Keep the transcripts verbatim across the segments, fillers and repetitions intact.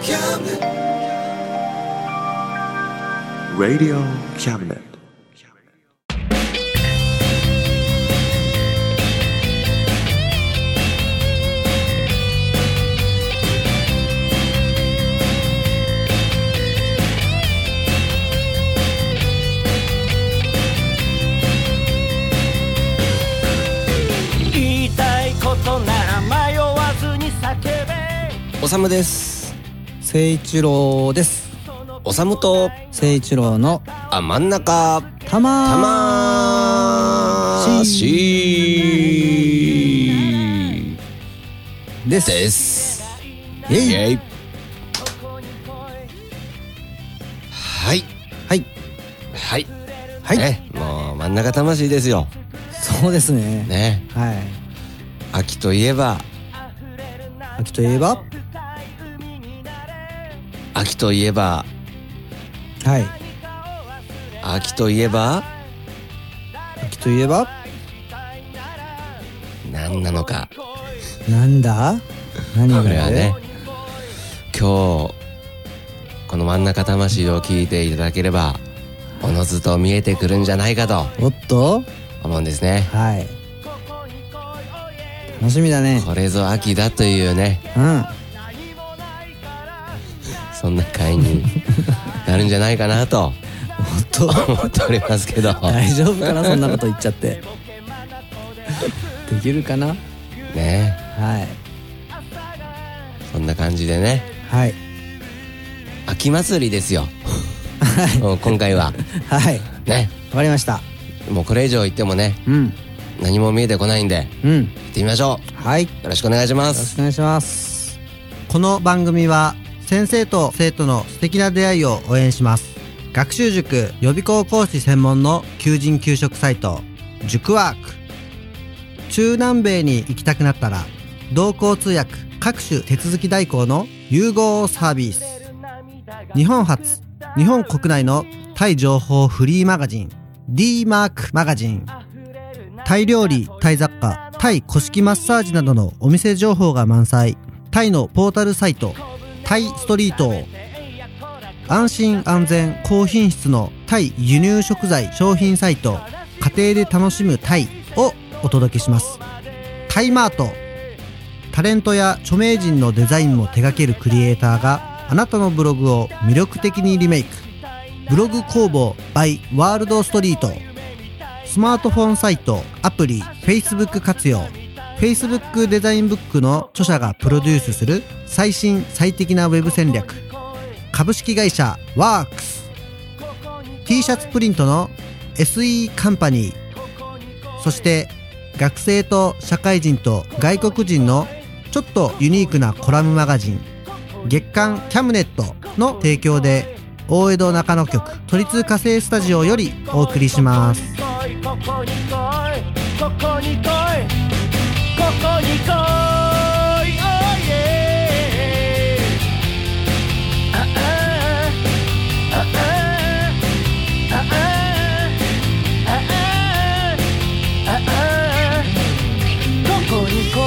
Radio Cabinet. おさむです。 誠一郎です。 おさむと誠一郎のあ真ん中たまたましですですイエイイエイはいはいはいはい、 ね、もう真ん中魂ですよ。 そうですね。 ね、 はい。 秋といえば秋といえば秋といえばはい秋といえば秋といえば何なのか。 なんだ何がこれはね、今日この真ん中魂を聞いていただければおのずと見えてくるんじゃないかとおっと思うんですね。 はい、楽しみだね。 これぞ秋だというね、 うんそんな回になるんじゃないかなとおっと思っておりますけど大丈夫かな、そんなこと言っちゃってできるかな。 ね、 はいそんな感じでね、 はい秋祭りですよはい今回ははいね、 わかりました。 もうこれ以上言ってもねうん何も見えてこないんでうん行ってみましょはい、よう。よろしくお願いしまろしす。 くお願いします。この番組は先生と生徒の素敵な出会いを応援します。学習塾予備校講師専門の求人・求職サイト塾ワーク。中南米に行きたくなったら同行通訳各種手続き代行の融合サービス。日本初日本国内のタイ情報フリーマガジン D マークマガジン。タイ料理、タイ雑貨、タイ古式マッサージなどのお店情報が満載。タイのポータルサイトタイストリート。安心安全高品質のタイ輸入食材商品サイト家庭で楽しむタイをお届けします。タイマート。タレントや著名人のデザインも手掛けるクリエイターがあなたのブログを魅力的にリメイク。ブログ工房 by ワールドストリート。スマートフォンサイトアプリ Facebook 活用。 Facebook デザインブックの著者がプロデュースする最新最適なウェブ戦略。株式会社ワークス。 T シャツプリントの エスイー カンパニー。そして学生と社会人と外国人のちょっとユニークなコラムマガジン月刊キャムネットの提供で大江戸中野局都立火星スタジオよりお送りします。 ここに来いここに来いここに来い Oh yeah ああああああああああここに来い。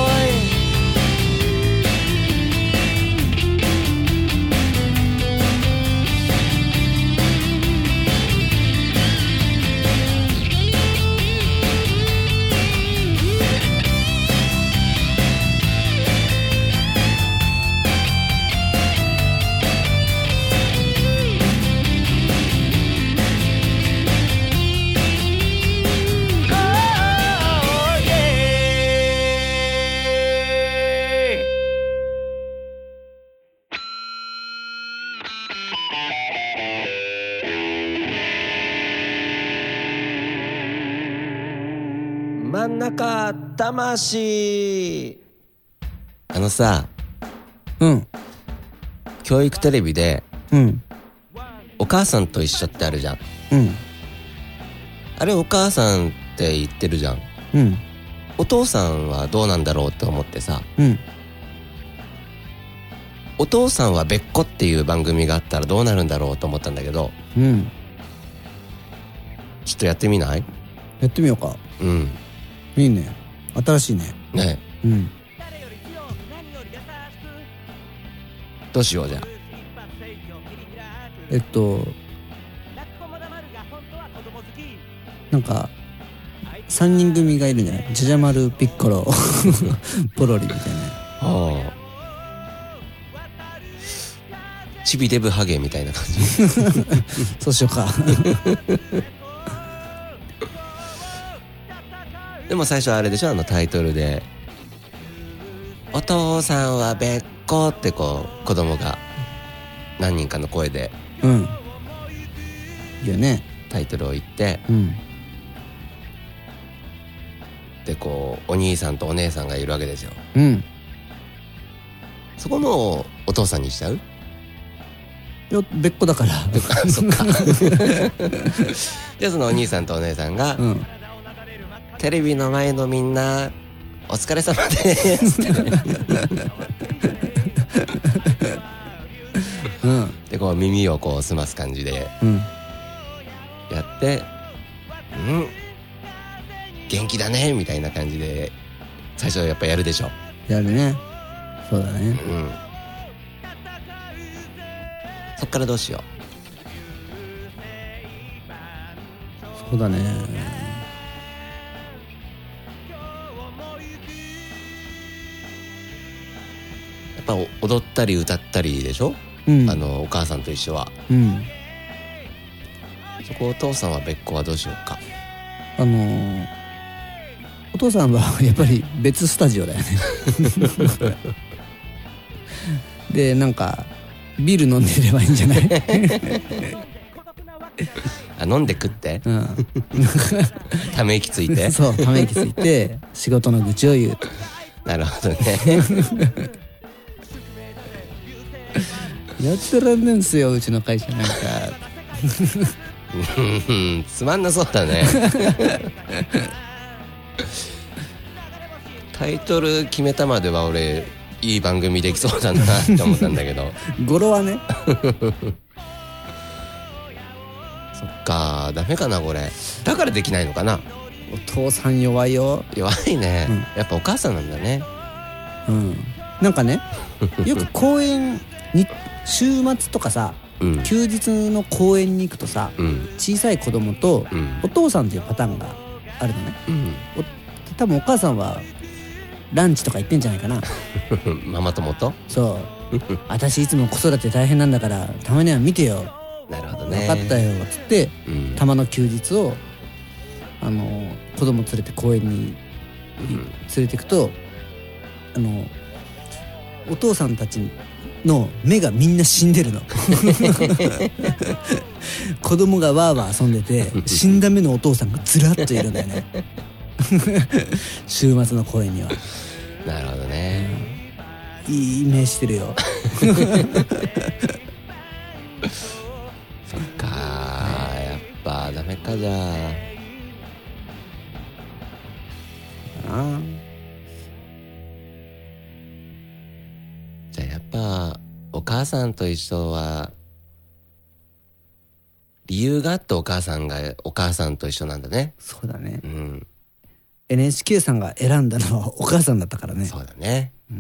真ん中魂。あのさ、 うん教育テレビでうんお母さんと一緒ってあるじゃん。 うんあれお母さんって言ってるじゃん。 うんお父さんはどうなんだろうって思ってさ、 うんお父さんは別個っていう番組があったらどうなるんだろうと思ったんだけど、 うんちょっとやってみない？ やってみようか。 うんいいね、新しいね。 ね、 うんどうしようじゃあ。 えっとなんかさんにん組がいるんじゃない？ジャジャマル、ピッコロポロリみたいな。 ああ、チビデブハゲみたいな感じそうしようかでも最初あれでしょ、あのタイトルでお父さんはべっこってこう子供が何人かの声でうんいいよね。 タイトルを言って、 うんでこうお兄さんとお姉さんがいるわけですよ。 うんそこもお父さんにしちゃう？ いや別個だからそっかでそのお兄さんとお姉さんが、 うん、 テレビの前のみんなお疲れ様ですうん、 でこう耳をこう澄ます感じでやって、うん、うん、元気だねみたいな感じで最初やっぱやるでしょ。 やるね。そうだね。 うん。そっからどうしよう。そうだね。 やっぱ踊ったり歌ったりでしょ、うん、あのお母さんと一緒は、うん、そこお父さんは別個はどうしようか。 あのー、お父さんはやっぱり別スタジオだよねでなんかビール飲んでればいいんじゃないあ、飲んで食って、うん、ため息ついてそう、ため息ついて仕事の愚痴を言うと。 なるほどねやってらんねんすようちの会社なんかつまんなそうだねタイトル決めたまでは俺いい番組できそうだなって思ったんだけど語呂はねそっか、ダメかなこれ。だからできないのかな。 お父さん弱いよ。 弱いね、うん、やっぱお母さんなんだね。 うん、なんかねよく公園に週末とかさ、うん、休日の公園に行くとさ、うん、小さい子供とお父さんっていうパターンがあるのね、うん、お多分お母さんはランチとか行ってんじゃないかなママ友と。 そう私いつも子育て大変なんだからたまには見てよ。 なるほどね。 分かったよっつって、うん、たまの休日をあの子供連れて公園に連れてくと、あのお父さんたちの目がみんな死んでるの子供がワーワー遊んでて死んだ目のお父さんがずらっといるんだよね週末の公園には。 なるほどね、 うん、いい目してるよそっか、やっぱダメか。じゃああじゃあやっぱお母さんと一緒は理由があってお母さんがお母さんと一緒なんだね。 そうだね、うん、エヌエイチケー さんが選んだのはお母さんだったからね。 そうだね、うん、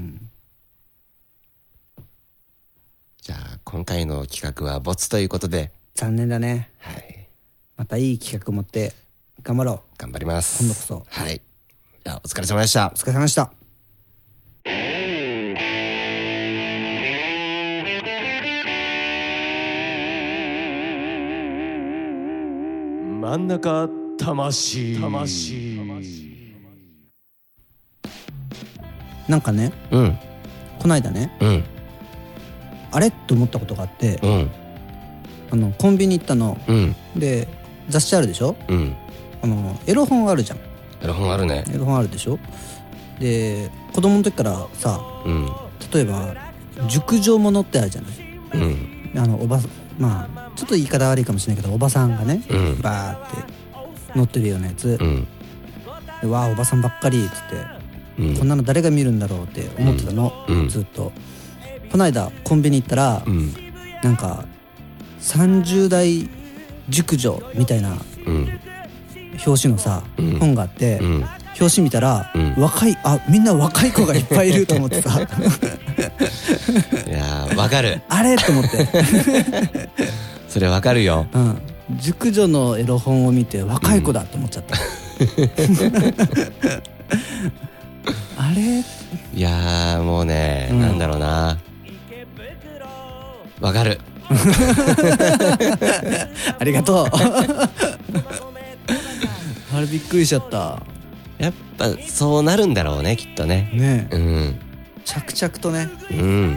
じゃあ今回の企画はボツということで残念だね。 はい、 またいい企画持って頑張ろう。 頑張ります。 今度こそ。 はい、じゃあお疲れ様でした。 お疲れ様でした。 真ん中魂。魂。 なんかね、うん、こないだね、うん、あれって思ったことがあって、うん、あのコンビニ行ったの、うん、で雑誌あるでしょ、うん、あのエロ本あるじゃん。 エロ本あるね。 エロ本あるでしょ。で子供の時からさ、うん、例えば熟女ものってあるじゃない、うん、あのおばまあちょっと言い方悪いかもしれないけどおばさんがね、うん、バーって乗ってるようなやつ、うん、でわあおばさんばっかりっつって、うん、こんなの誰が見るんだろうって思ってたの、うん、ずっと。この間コンビニ行ったら、うん、なんかさんじゅう代熟女みたいな、うん、表紙のさ、うん、本があって、うん、表紙見たら、うん、若いあみんな若い子がいっぱいいると思ってさいやーわかるあれと思ってそれわかるよ。 うん、熟女のエロ本を見て若い子だと思っちゃった、うん、あれいやーもうね、うん、なんだろうな、わかるありがとうあれびっくりしちゃった。 やっぱそうなるんだろうねきっとね。 ねえ、 うん、 着々とね、 うん、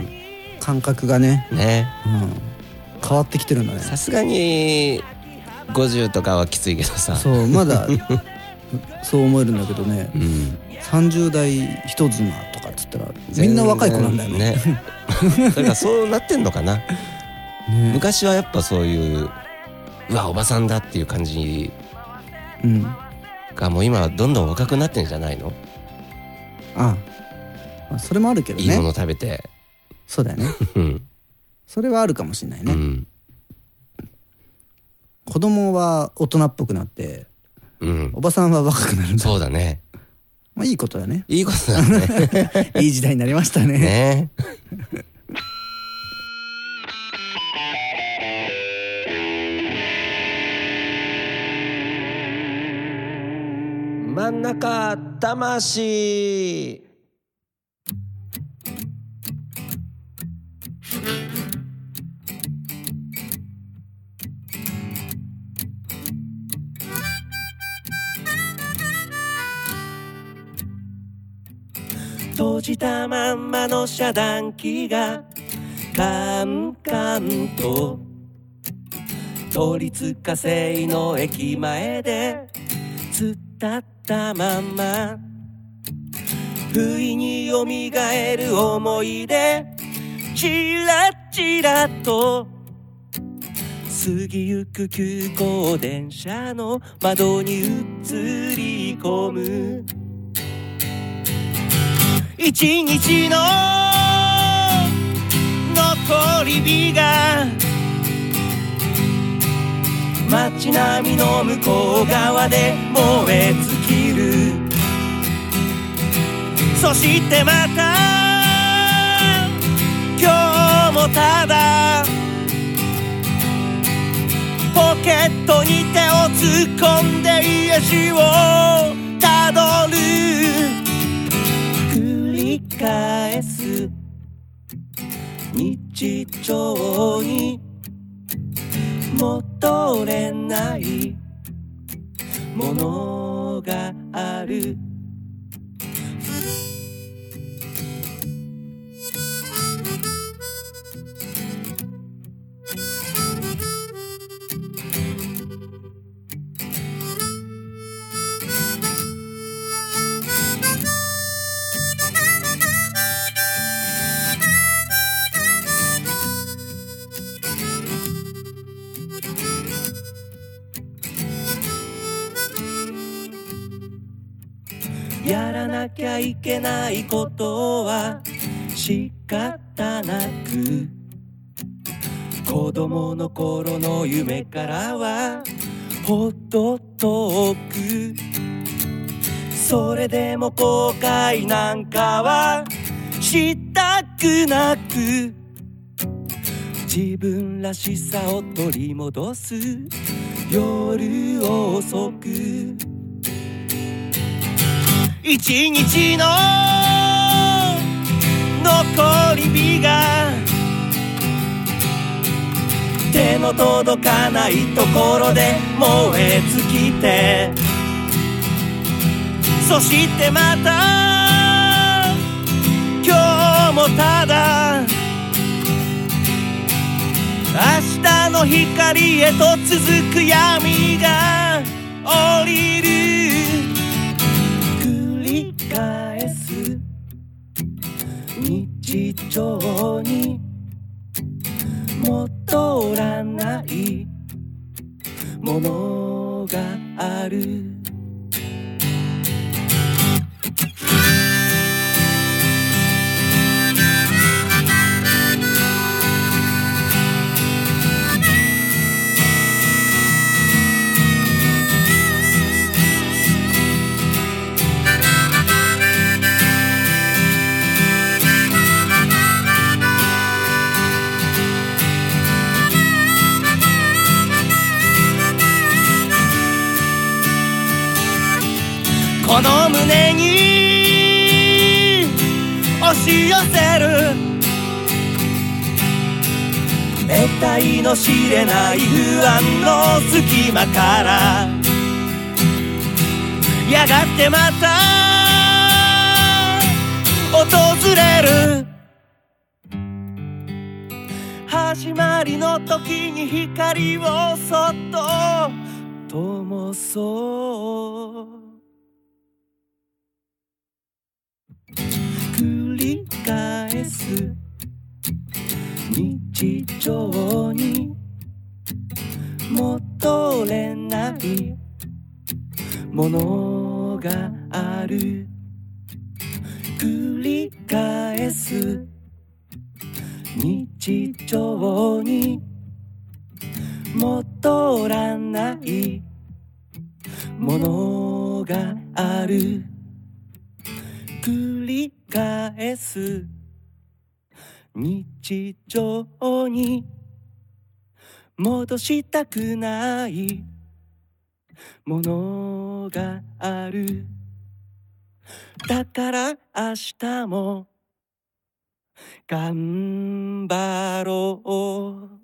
感覚がね、 ね、 うん、変わってきてるんだね。 さすがにごじゅうとかはきついけどさ、 そうまだそう思えるんだけどね、うん、さんじゅう代人妻とかっつったらみんな若い子なんだよね。 それがそうなってんのかな、ね、昔はやっぱそういううわおばさんだっていう感じが、もう今はどんどん若くなってんじゃないの？ ああ、それもあるけどね。 いいもの食べて。 そうだよねそれはあるかもしれないね、うん、子供は大人っぽくなって、うん、おばさんは若くなるんだ。 そうだね。 まあいいことだね。 いいことだねいい時代になりましたね。 ね真ん中魂。閉じたまんまの遮断機がカンカンと都立火星の駅前で突っ立ったまんま、不意によみがえる思い出、チラチラと過ぎゆく急行電車の窓に映り込む一日の残り火が街並みの向こう側で燃え尽きる。そしてまた今日もただポケットに手を突っ込んで癒しをたどる。繰り返す日常に戻れないものがある。やらなきゃいけないことは仕方なく、子供の頃の夢からはほど遠く、それでも後悔なんかはしたくなく、自分らしさを取り戻す夜遅く、一日の残り火が手の届かないところで燃え尽きて、そしてまた今日もただ明日の光へと続く闇が降りる。返す日常に戻らないものがある。 この胸に押し寄せる得体の知れない不安の隙間からやがてまた訪れる始まりの時に光をそっと灯そう繰り返す日常に戻れないものがある繰り返す日常に戻らないものがある繰り返す日常に戻したくないものがあるだから明日も頑張ろう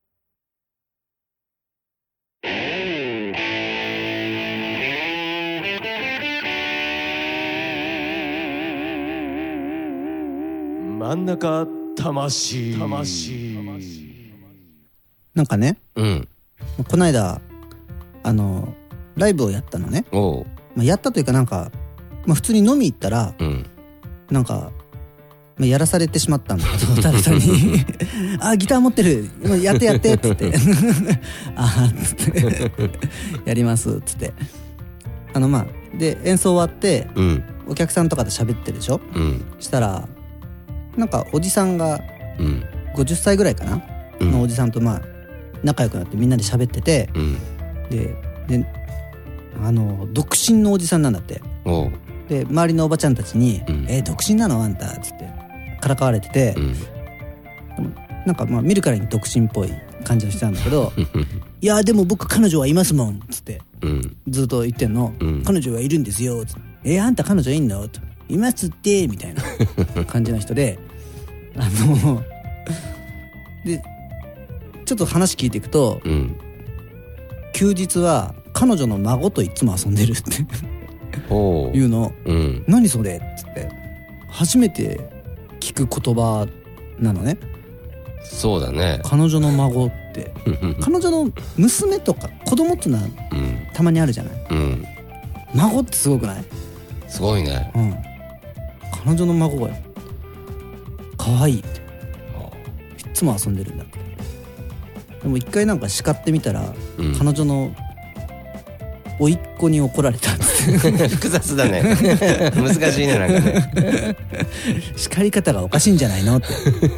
真ん中魂魂なんかね、 うん、 この間あのライブをやったのね。 おう、 まあ、やったというかなんか、まあ、普通に飲み行ったら、うん、なんか、まあ、やらされてしまったんだけど誰かにあギター持ってるやってやってっつってあっつってやりますっつってあのまあで演奏終わって、うん、お客さんとかで喋ってるでしょ、うん、したらなんかおじさんがごじゅっさいぐらいかな、うん、のおじさんとまあ仲良くなってみんなで喋ってて、うん、で, であの独身のおじさんなんだって。おで周りのおばちゃんたちに「うん、えー、独身なのあんた」っつってからかわれてて、うん、なんかまあ見るからに独身っぽい感じの人なんだけどいやでも僕彼女はいますもんっつって、うん、ずっと言ってんの、うん、彼女はいるんですよっつってえー、あんた彼女いんのいますってみたいな感じの人であのでちょっと話聞いていくと、うん、休日は彼女の孫といつも遊んでるっていうの、うん、何それっつって初めて聞く言葉なのね。 そうだね。彼女の孫って彼女の娘とか子供ってのは、うん、たまにあるじゃない、うん、孫ってすごくない？ すごいね、 うん、彼女の孫が可愛いっていつも遊んでるんだって。でも一回なんか叱ってみたら、うん、彼女の甥っ子に怒られたんです複雑だね難しいねなんかね叱り方がおかしいんじゃないのって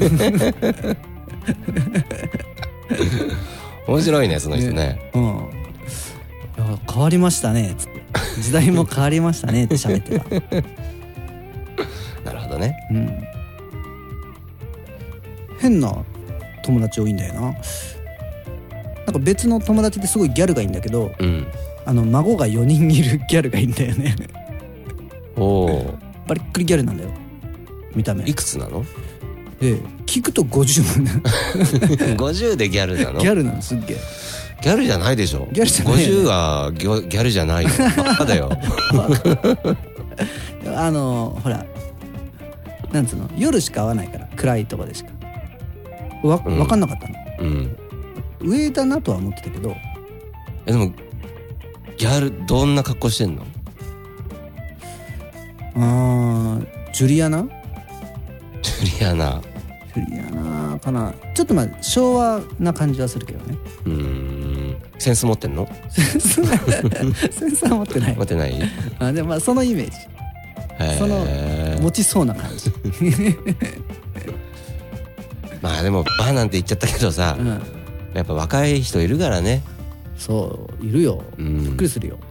面白いねその人ね、 ね、うん、いや変わりましたねつって時代も変わりましたねって喋ってたなるほどね、うん、 変な友達多いんだよな。なんか別の友達ですごいギャルがいいんだけど、うん、あの孫がよにんいるギャルがいいんだよねおーバリックリギャルなんだよ見た目。 いくつなの？ で聞くとごじゅうもねごじゅうでギャルなの？ ギャルなのすっげえ。 ギャルじゃないでしょ。 ギャルじゃないよね。 ごじゅうはギャ、ギャルじゃないよバカだよあのほらなんつうの夜しか会わないから暗いとこでしかわ、うん、分かんなかったの、うん、上だなとは思ってたけど。 えでもギャルどんな格好してんの？ あージュリアナ？ ジュリアナジュリアナかな。ちょっとまあ昭和な感じはするけどね。 うーんセンス持ってんの？ センスセンスは持ってない持ってない？ あでもまあそのイメージその持ちそうな感じまあでもバーなんて言っちゃったけどさ、うん、やっぱ若い人いるからね。 そういるよ、うん、びっくりするよ。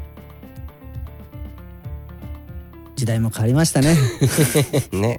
時代も変わりましたねね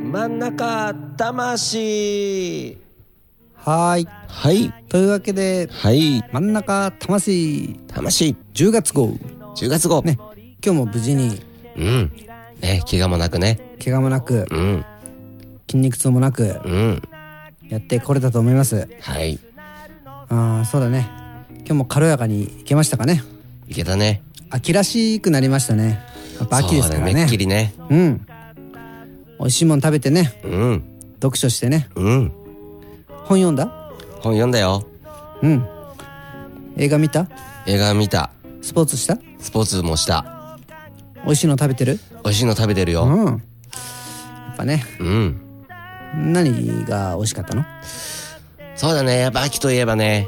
真ん中魂。 はーい。 はい。 というわけで、 はい。 真ん中魂。 魂。 じゅうがつ号。 じゅうがつ号。 ね。今日も無事に。 うん。ね、怪我もなくね。 怪我もなく。 うん。 筋肉痛もなく。 うん。 やってこれたと思います。 はい。 ああ、そうだね。今日も軽やかにいけましたかね。 いけたね。 秋らしくなりましたね。やっぱ秋ですからね。 めっきりね。 うん。美味しいもん食べてね。 うん。 読書してね。 うん。 本読んだ？ 本読んだよ。 うん。映画見た？ 映画見た。 スポーツした？ スポーツもした。 美味しいの食べてる？ 美味しいの食べてるよ。 うん。やっぱね。 うん。 何が美味しかったの？ そうだね。やっぱ秋といえばね。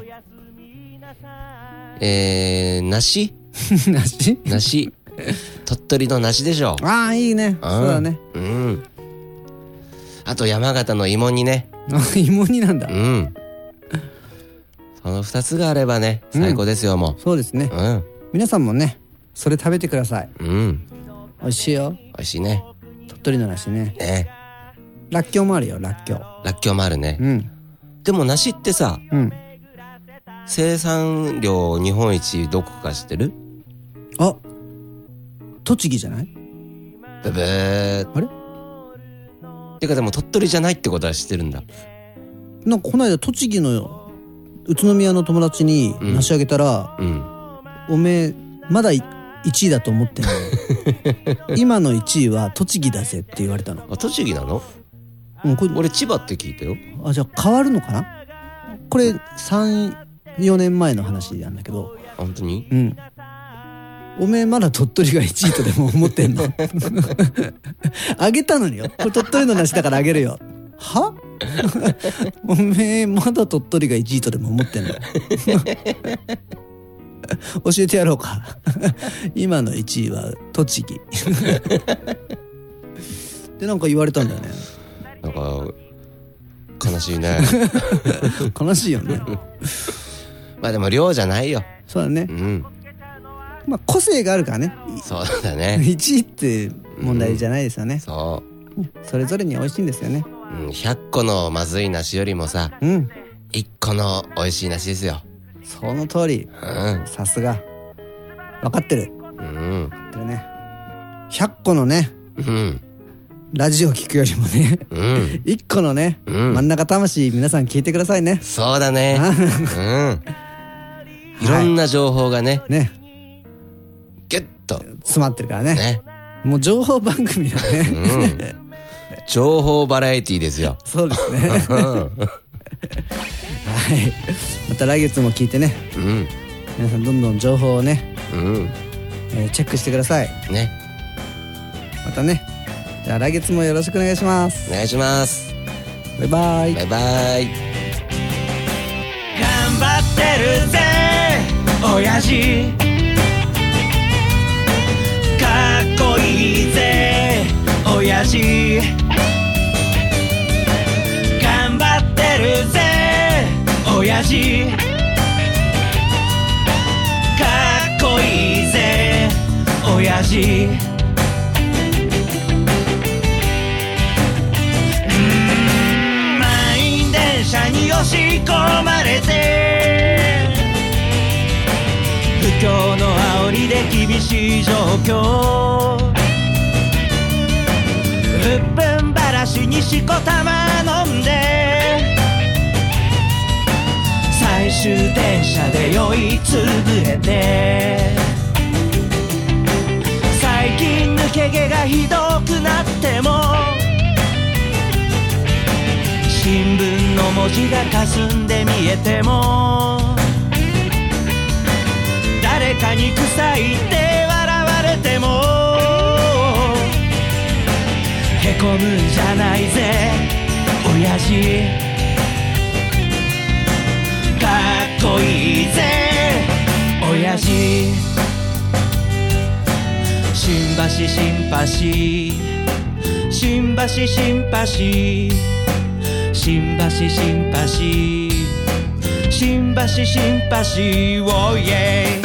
えー、梨？ 梨？ 梨。鳥取の梨でしょ。 ああ、いいね。そうだね。 うん。あと山形の芋煮ね。 芋煮なんだ。 うん。その二つがあればね、最高ですよ、うん、もう。 そうですね。 うん。皆さんもね、それ食べてください。 うん。 美味しいよ。 美味しいね。 鳥取の梨ね。 ね。 らっきょうもあるよ、らっきょう。 らっきょうもあるね。 うん。 でも梨ってさ、 うん。 生産量日本一どこか知ってる？ あ、栃木じゃない？ ブブー。 あれ？ てかでも鳥取じゃないってことは知ってるんだ。 なんかこの間栃木の宇都宮の友達に梨あげたら、 うんうん、 おめえまだいちいだと思ってんの今のいちいは栃木だぜって言われたの。 あ、栃木なの？ うん、これ俺千葉って聞いたよ。 あ、じゃあ変わるのかな。これさん、よねんまえの話なんだけど。 本当に？ うん。おめえまだ鳥取がいちいとでも思ってんのあげたのによ。これ鳥取の梨だからあげるよ。はおめえまだ鳥取がいちいとでも思ってんの教えてやろうか今のいちいは栃木でなんか言われたんだよね。 なんか悲しいね悲しいよねまあでも量じゃないよ。 そうだね。 うん。 まあ個性があるからね。 そうだね。 いちいって問題じゃないですよね。 うん、そう。 それぞれに美味しいんですよね。 うん、ひゃっこのまずい梨よりもさ、 うん、 いっこの美味しい梨ですよ。 その通り。 うん。 さすが。分かってる。 うん。 分かってるね。ひゃっこのね。 うん。 ラジオ聞くよりもね。 うん。 いっこのね、うん、真ん中魂皆さん聞いてくださいね。 そうだね。うん。いろんな情報がね。 ね。 ギュッと詰まってるからね。 ね。 もう情報番組だね。 うん。情報バラエティですよ。 そうですね。はい。また来月も聞いてね。 うん。 皆さんどんどん情報をね。 うん。 えー、チェックしてください。 ね。 またね。じゃあ来月もよろしくお願いします。 お願いします。 バイバイ。 バイバイ。 頑張ってるぜ親父、かっこいいぜ親父、頑張ってるぜ親父、かっこいいぜ親父、電車に押し込まれて不況の煽りで厳しい状況、うっぷんばらしにしこたま飲んで最終電車で酔いつぶれて、最近抜け毛がひどくなっても新聞の文字が霞んで見えても誰かに臭いって笑われてもへこむんじゃないぜ親父、かっこいいぜ親父、新橋新橋新橋新橋新橋新橋新橋新橋おいえ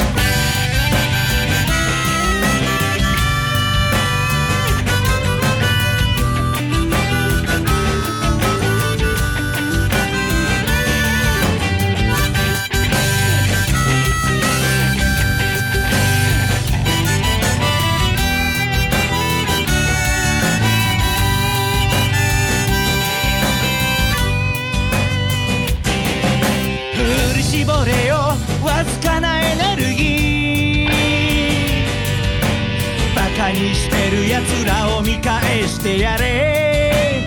絞れよわずかなエネルギー、バカにしてるやつらを見返してやれ。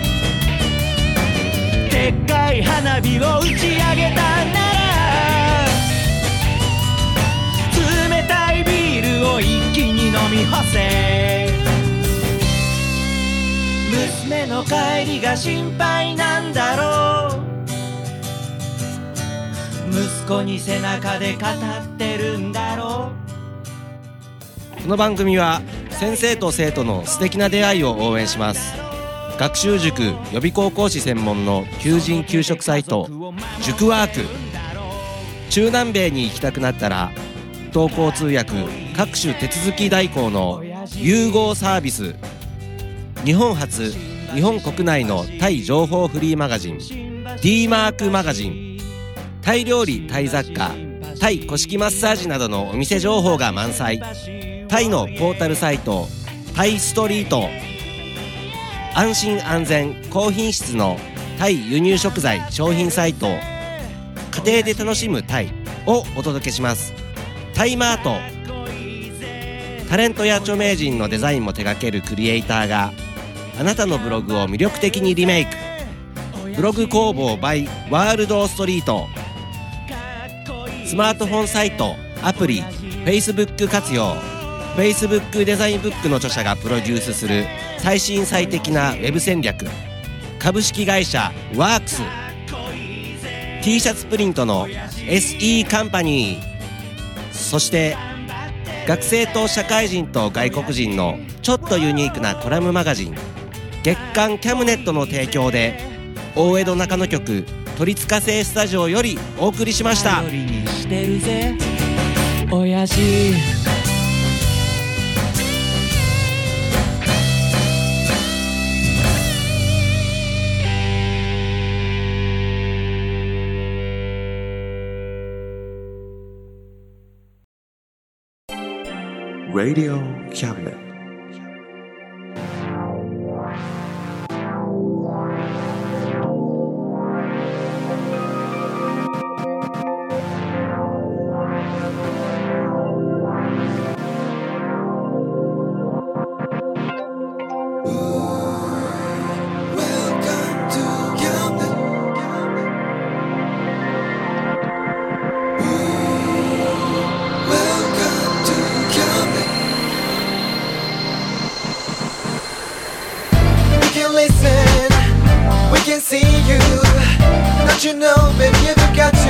でっかい花火を打ち上げたなら、冷たいビールを一気に飲み干せ。娘の帰りが心配なんだろう、息子に背中で語ってるんだろこの番組は先生と生徒の素敵な出会いを応援します。学習塾予備高校講師専門の求人・求職サイト塾ワーク。中南米に行きたくなったら同行通訳各種手続き代行の融合サービス。日本初日本国内のタイ情報フリーマガジン D マークマガジン。タイ料理、タイ雑貨、タイ古式マッサージなどのお店情報が満載。タイのポータルサイトタイストリート。安心安全高品質のタイ輸入食材商品サイト家庭で楽しむタイをお届けします。タイマート。タレントや著名人のデザインも手掛けるクリエイターがあなたのブログを魅力的にリメイク。ブログ工房 by ワールドストリート。スマートフォンサイトアプリ Facebook 活用。 Facebook デザインブックの著者がプロデュースする最新最適なウェブ戦略。株式会社ワークス。 T シャツプリントの エスイー カンパニー。そして学生と社会人と外国人のちょっとユニークなコラムマガジン月刊キャムネットの提供で大江戸中野局鳥塚製スタジオよりお送りしました。 頼りにしてるぜ親父。 Radio Cabinet. You know, baby, you've got